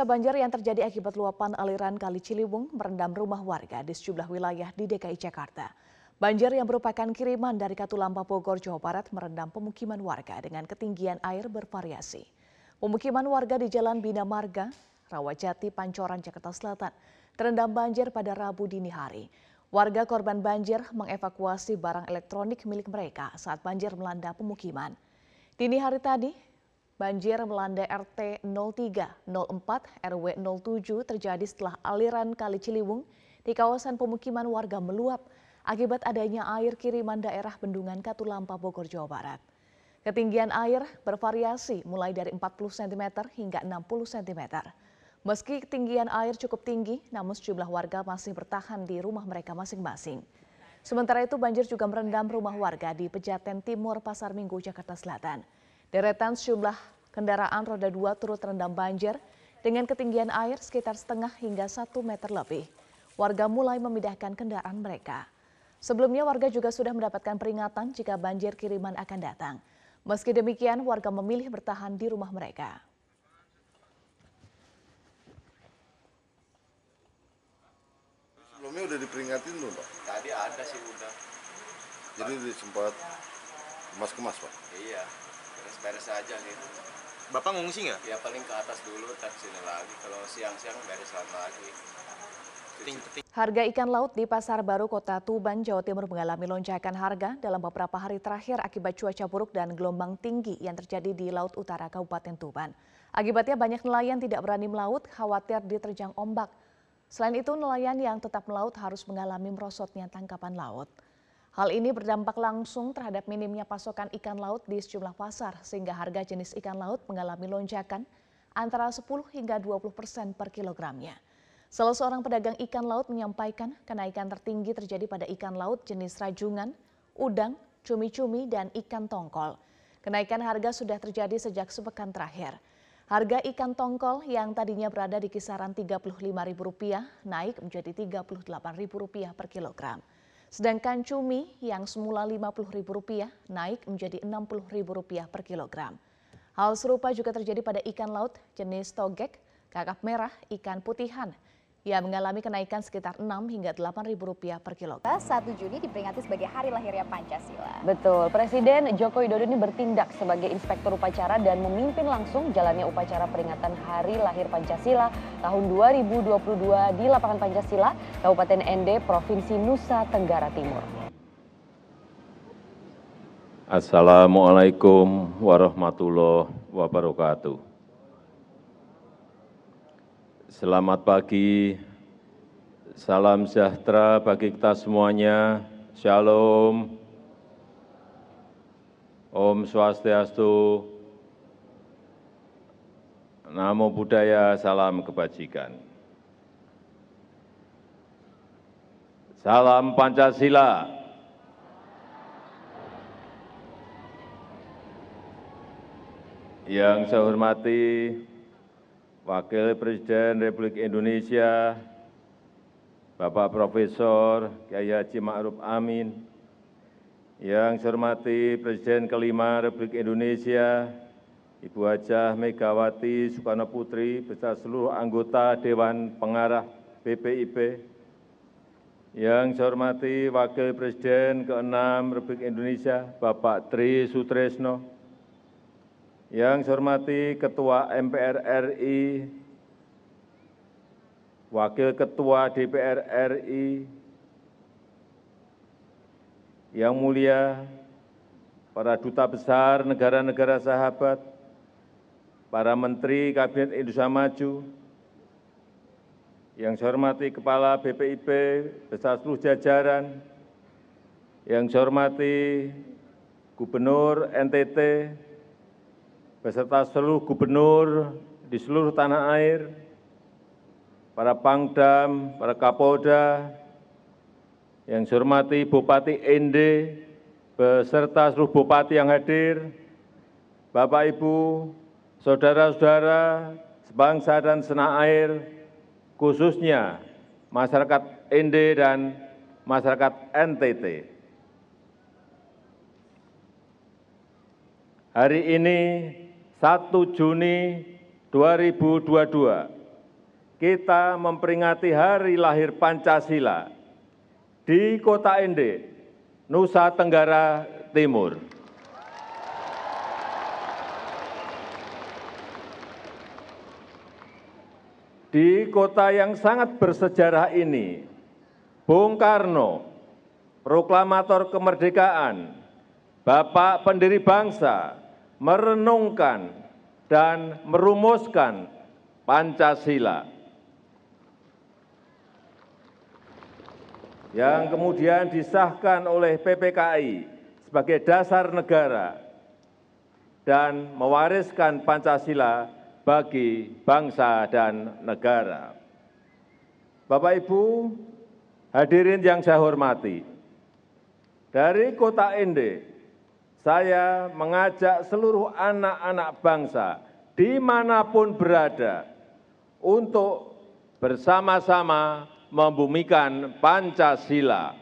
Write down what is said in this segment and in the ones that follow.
Pemirsa, banjir yang terjadi akibat luapan aliran Kali Ciliwung merendam rumah warga di sejumlah wilayah di DKI Jakarta. Banjir yang merupakan kiriman dari Katulampa Bogor, Jawa Barat merendam pemukiman warga dengan ketinggian air bervariasi. Pemukiman warga di Jalan Bina Marga, Rawajati, Pancoran, Jakarta Selatan terendam banjir pada Rabu dini hari. Warga korban banjir mengevakuasi barang elektronik milik mereka saat banjir melanda pemukiman. Dini hari tadi, banjir melanda RT 03, 04, RW 07 terjadi setelah aliran Kali Ciliwung di kawasan pemukiman warga meluap akibat adanya air kiriman daerah Bendungan Katulampa Bogor, Jawa Barat. Ketinggian air bervariasi mulai dari 40 cm hingga 60 cm. Meski ketinggian air cukup tinggi, namun sejumlah warga masih bertahan di rumah mereka masing-masing. Sementara itu banjir juga merendam rumah warga di Pejaten Timur, Pasar Minggu, Jakarta Selatan. Deretan sejumlah kendaraan roda 2 turut terendam banjir dengan ketinggian air sekitar setengah hingga 1 meter lebih. Warga mulai memindahkan kendaraan mereka. Sebelumnya warga juga sudah mendapatkan peringatan jika banjir kiriman akan datang. Meski demikian, warga memilih bertahan di rumah mereka. Sebelumnya udah diperingatin belum, Pak? Tadi ada sih udah. Jadi sempat kemas-kemas, Pak? Iya, beres-beres aja gitu. Bapak ngungsi nggak? Ya paling ke atas dulu, tak sini lagi. Kalau siang-siang beresan lagi. Harga ikan laut di Pasar Baru, Kota Tuban, Jawa Timur mengalami lonjakan harga dalam beberapa hari terakhir akibat cuaca buruk dan gelombang tinggi yang terjadi di Laut Utara Kabupaten Tuban. Akibatnya banyak nelayan tidak berani melaut, khawatir diterjang ombak. Selain itu, nelayan yang tetap melaut harus mengalami merosotnya tangkapan laut. Hal ini berdampak langsung terhadap minimnya pasokan ikan laut di sejumlah pasar, sehingga harga jenis ikan laut mengalami lonjakan antara 10 hingga 20% per kilogramnya. Salah seorang pedagang ikan laut menyampaikan kenaikan tertinggi terjadi pada ikan laut jenis rajungan, udang, cumi-cumi, dan ikan tongkol. Kenaikan harga sudah terjadi sejak sepekan terakhir. Harga ikan tongkol yang tadinya berada di kisaran Rp35.000 naik menjadi Rp38.000 per kilogram. Sedangkan cumi yang semula Rp50.000 naik menjadi Rp60.000 per kilogram. Hal serupa juga terjadi pada ikan laut jenis togek, kakap merah, ikan putihan yang mengalami kenaikan sekitar Rp6 hingga Rp8.000 per kilogram. 1 Juni diperingati sebagai Hari Lahirnya Pancasila. Betul, Presiden Joko Widodo ini bertindak sebagai inspektur upacara dan memimpin langsung jalannya upacara peringatan Hari Lahir Pancasila tahun 2022 di Lapangan Pancasila, Kabupaten Ende, Provinsi Nusa Tenggara Timur. Assalamualaikum warahmatullahi wabarakatuh. Selamat pagi, salam sejahtera bagi kita semuanya, Shalom, Om Swastiastu, Namo Buddhaya, salam kebajikan. Salam Pancasila. Yang saya hormati Wakil Presiden Republik Indonesia, Bapak Profesor Kiai Haji Ma'ruf Amin, yang saya hormati Presiden kelima Republik Indonesia, Ibu Hajah Megawati Soekarno Putri, beserta seluruh anggota Dewan Pengarah BPIP, yang saya hormati Wakil Presiden ke-6 Republik Indonesia, Bapak Tri Sutresno, yang saya hormati Ketua MPR RI, Wakil Ketua DPR RI, yang mulia para duta besar negara-negara sahabat, para Menteri Kabinet Indonesia Maju, yang saya hormati Kepala BPIP beserta seluruh jajaran, yang saya hormati Gubernur NTT, beserta seluruh gubernur di seluruh tanah air, para Pangdam, para Kapolda, yang saya hormati Bupati Ende, beserta seluruh bupati yang hadir, Bapak Ibu, saudara-saudara sebangsa dan setanah air, khususnya masyarakat Ende dan masyarakat NTT. Hari ini 1 Juni 2022 kita memperingati hari lahir Pancasila di Kota Ende, Nusa Tenggara Timur. Di kota yang sangat bersejarah ini, Bung Karno, proklamator kemerdekaan, Bapak pendiri bangsa, merenungkan dan merumuskan Pancasila, yang kemudian disahkan oleh PPKI sebagai dasar negara dan mewariskan Pancasila bagi bangsa dan negara. Bapak Ibu hadirin yang saya hormati, dari Kota Ende, saya mengajak seluruh anak-anak bangsa dimanapun berada untuk bersama-sama membumikan Pancasila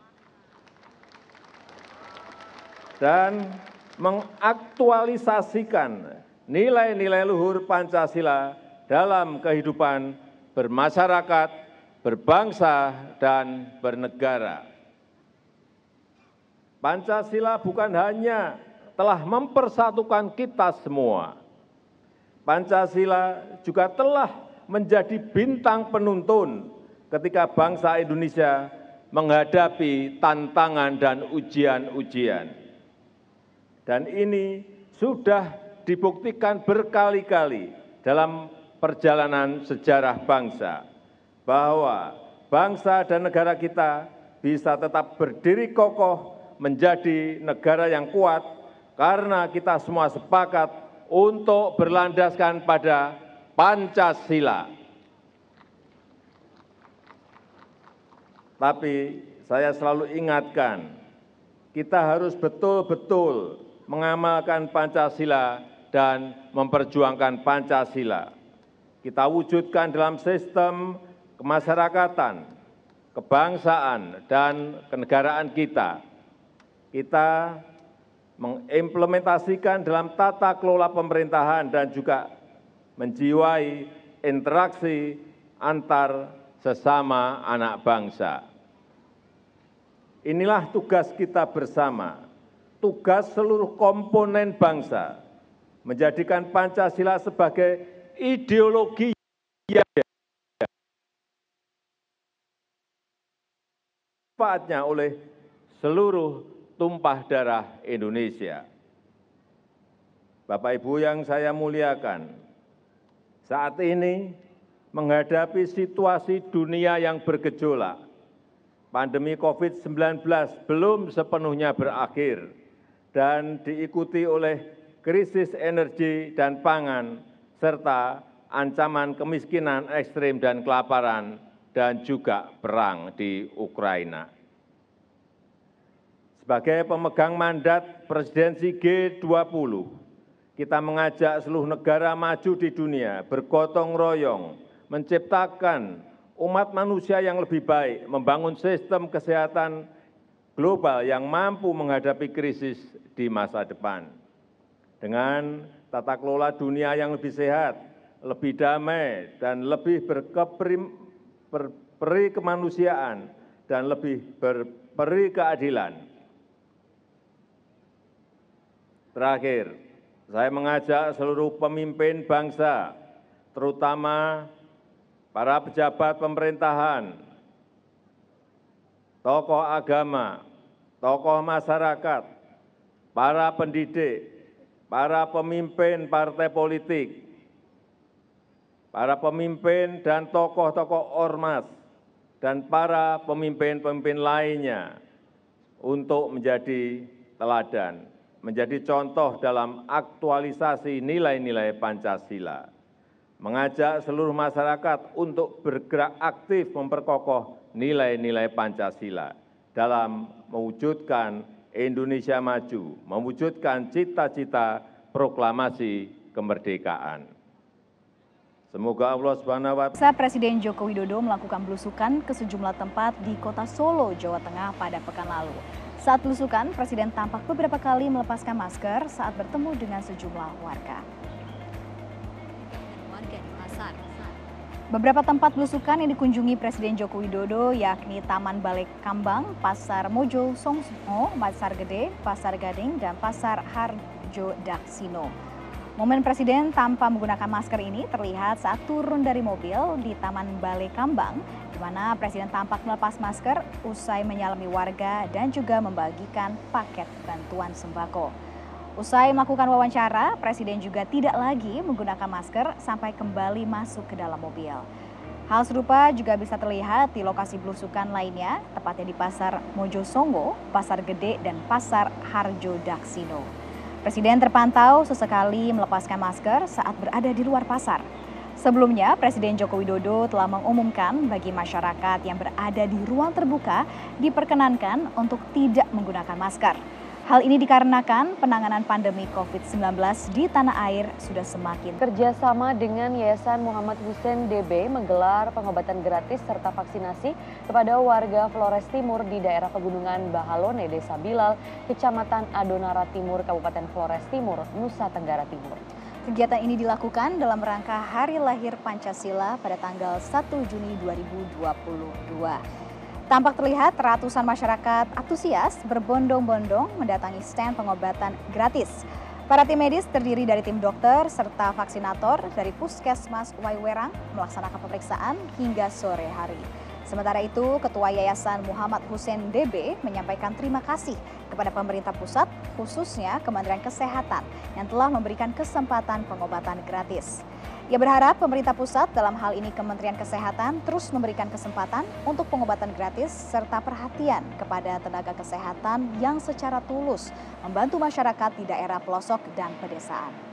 dan mengaktualisasikan nilai-nilai luhur Pancasila dalam kehidupan bermasyarakat, berbangsa, dan bernegara. Pancasila bukan hanya telah mempersatukan kita semua, Pancasila juga telah menjadi bintang penuntun ketika bangsa Indonesia menghadapi tantangan dan ujian-ujian. Dan ini sudah dibuktikan berkali-kali dalam perjalanan sejarah bangsa, bahwa bangsa dan negara kita bisa tetap berdiri kokoh menjadi negara yang kuat karena kita semua sepakat untuk berlandaskan pada Pancasila. Tapi saya selalu ingatkan, kita harus betul-betul mengamalkan Pancasila dan memperjuangkan Pancasila. Kita wujudkan dalam sistem kemasyarakatan, kebangsaan, dan kenegaraan kita. Kita mengimplementasikan dalam tata kelola pemerintahan dan juga menjiwai interaksi antar sesama anak bangsa. Inilah tugas kita bersama, tugas seluruh komponen bangsa, menjadikan Pancasila sebagai ideologi yang dimanfaatkan oleh seluruh tumpah darah Indonesia. Bapak Ibu yang saya muliakan, saat ini menghadapi situasi dunia yang bergejolak, pandemi COVID-19 belum sepenuhnya berakhir dan diikuti oleh krisis energi dan pangan, serta ancaman kemiskinan ekstrim dan kelaparan, dan juga perang di Ukraina. Sebagai pemegang mandat presidensi G20, kita mengajak seluruh negara maju di dunia bergotong royong, menciptakan umat manusia yang lebih baik, membangun sistem kesehatan global yang mampu menghadapi krisis di masa depan. Dengan tata kelola dunia yang lebih sehat, lebih damai, dan lebih berperi kemanusiaan, dan lebih berperi keadilan. Terakhir, saya mengajak seluruh pemimpin bangsa, terutama para pejabat pemerintahan, tokoh agama, tokoh masyarakat, para pendidik, para pemimpin partai politik, para pemimpin dan tokoh-tokoh ormas, dan para pemimpin-pemimpin lainnya untuk menjadi teladan, menjadi contoh dalam aktualisasi nilai-nilai Pancasila. Mengajak seluruh masyarakat untuk bergerak aktif memperkokoh nilai-nilai Pancasila dalam mewujudkan Indonesia maju, mewujudkan cita-cita proklamasi kemerdekaan. Semoga Allah SWT. Presiden Joko Widodo melakukan belusukan ke sejumlah tempat di kota Solo, Jawa Tengah pada pekan lalu. Saat belusukan, Presiden tampak beberapa kali melepaskan masker saat bertemu dengan sejumlah warga. Beberapa tempat belusukan yang dikunjungi Presiden Joko Widodo yakni Taman Balai Kambang, Pasar Mojo Songso, Pasar Gede, Pasar Gading, dan Pasar Harjo Daksino. Momen Presiden tanpa menggunakan masker ini terlihat saat turun dari mobil di Taman Balai Kambang, di mana Presiden tampak melepas masker usai menyalami warga dan juga membagikan paket bantuan sembako. Usai melakukan wawancara, Presiden juga tidak lagi menggunakan masker sampai kembali masuk ke dalam mobil. Hal serupa juga bisa terlihat di lokasi belusukan lainnya, tepatnya di Pasar Mojosongo, Pasar Gede, dan Pasar Harjo Daksino. Presiden terpantau sesekali melepaskan masker saat berada di luar pasar. Sebelumnya, Presiden Joko Widodo telah mengumumkan bagi masyarakat yang berada di ruang terbuka diperkenankan untuk tidak menggunakan masker. Hal ini dikarenakan penanganan pandemi COVID-19 di tanah air sudah semakin. Kerjasama dengan Yayasan Muhammad Hussein DB menggelar pengobatan gratis serta vaksinasi kepada warga Flores Timur di daerah pegunungan Bahalone, Desa Bilal, Kecamatan Adonara Timur, Kabupaten Flores Timur, Nusa Tenggara Timur. Kegiatan ini dilakukan dalam rangka Hari Lahir Pancasila pada tanggal 1 Juni 2022. Tampak terlihat ratusan masyarakat antusias berbondong-bondong mendatangi stand pengobatan gratis. Para tim medis terdiri dari tim dokter serta vaksinator dari Puskesmas Waiwerang melaksanakan pemeriksaan hingga sore hari. Sementara itu, Ketua Yayasan Muhammad Hussein DB menyampaikan terima kasih kepada pemerintah pusat, khususnya Kementerian Kesehatan yang telah memberikan kesempatan pengobatan gratis. Ia berharap pemerintah pusat, dalam hal ini Kementerian Kesehatan, terus memberikan kesempatan untuk pengobatan gratis serta perhatian kepada tenaga kesehatan yang secara tulus membantu masyarakat di daerah pelosok dan pedesaan.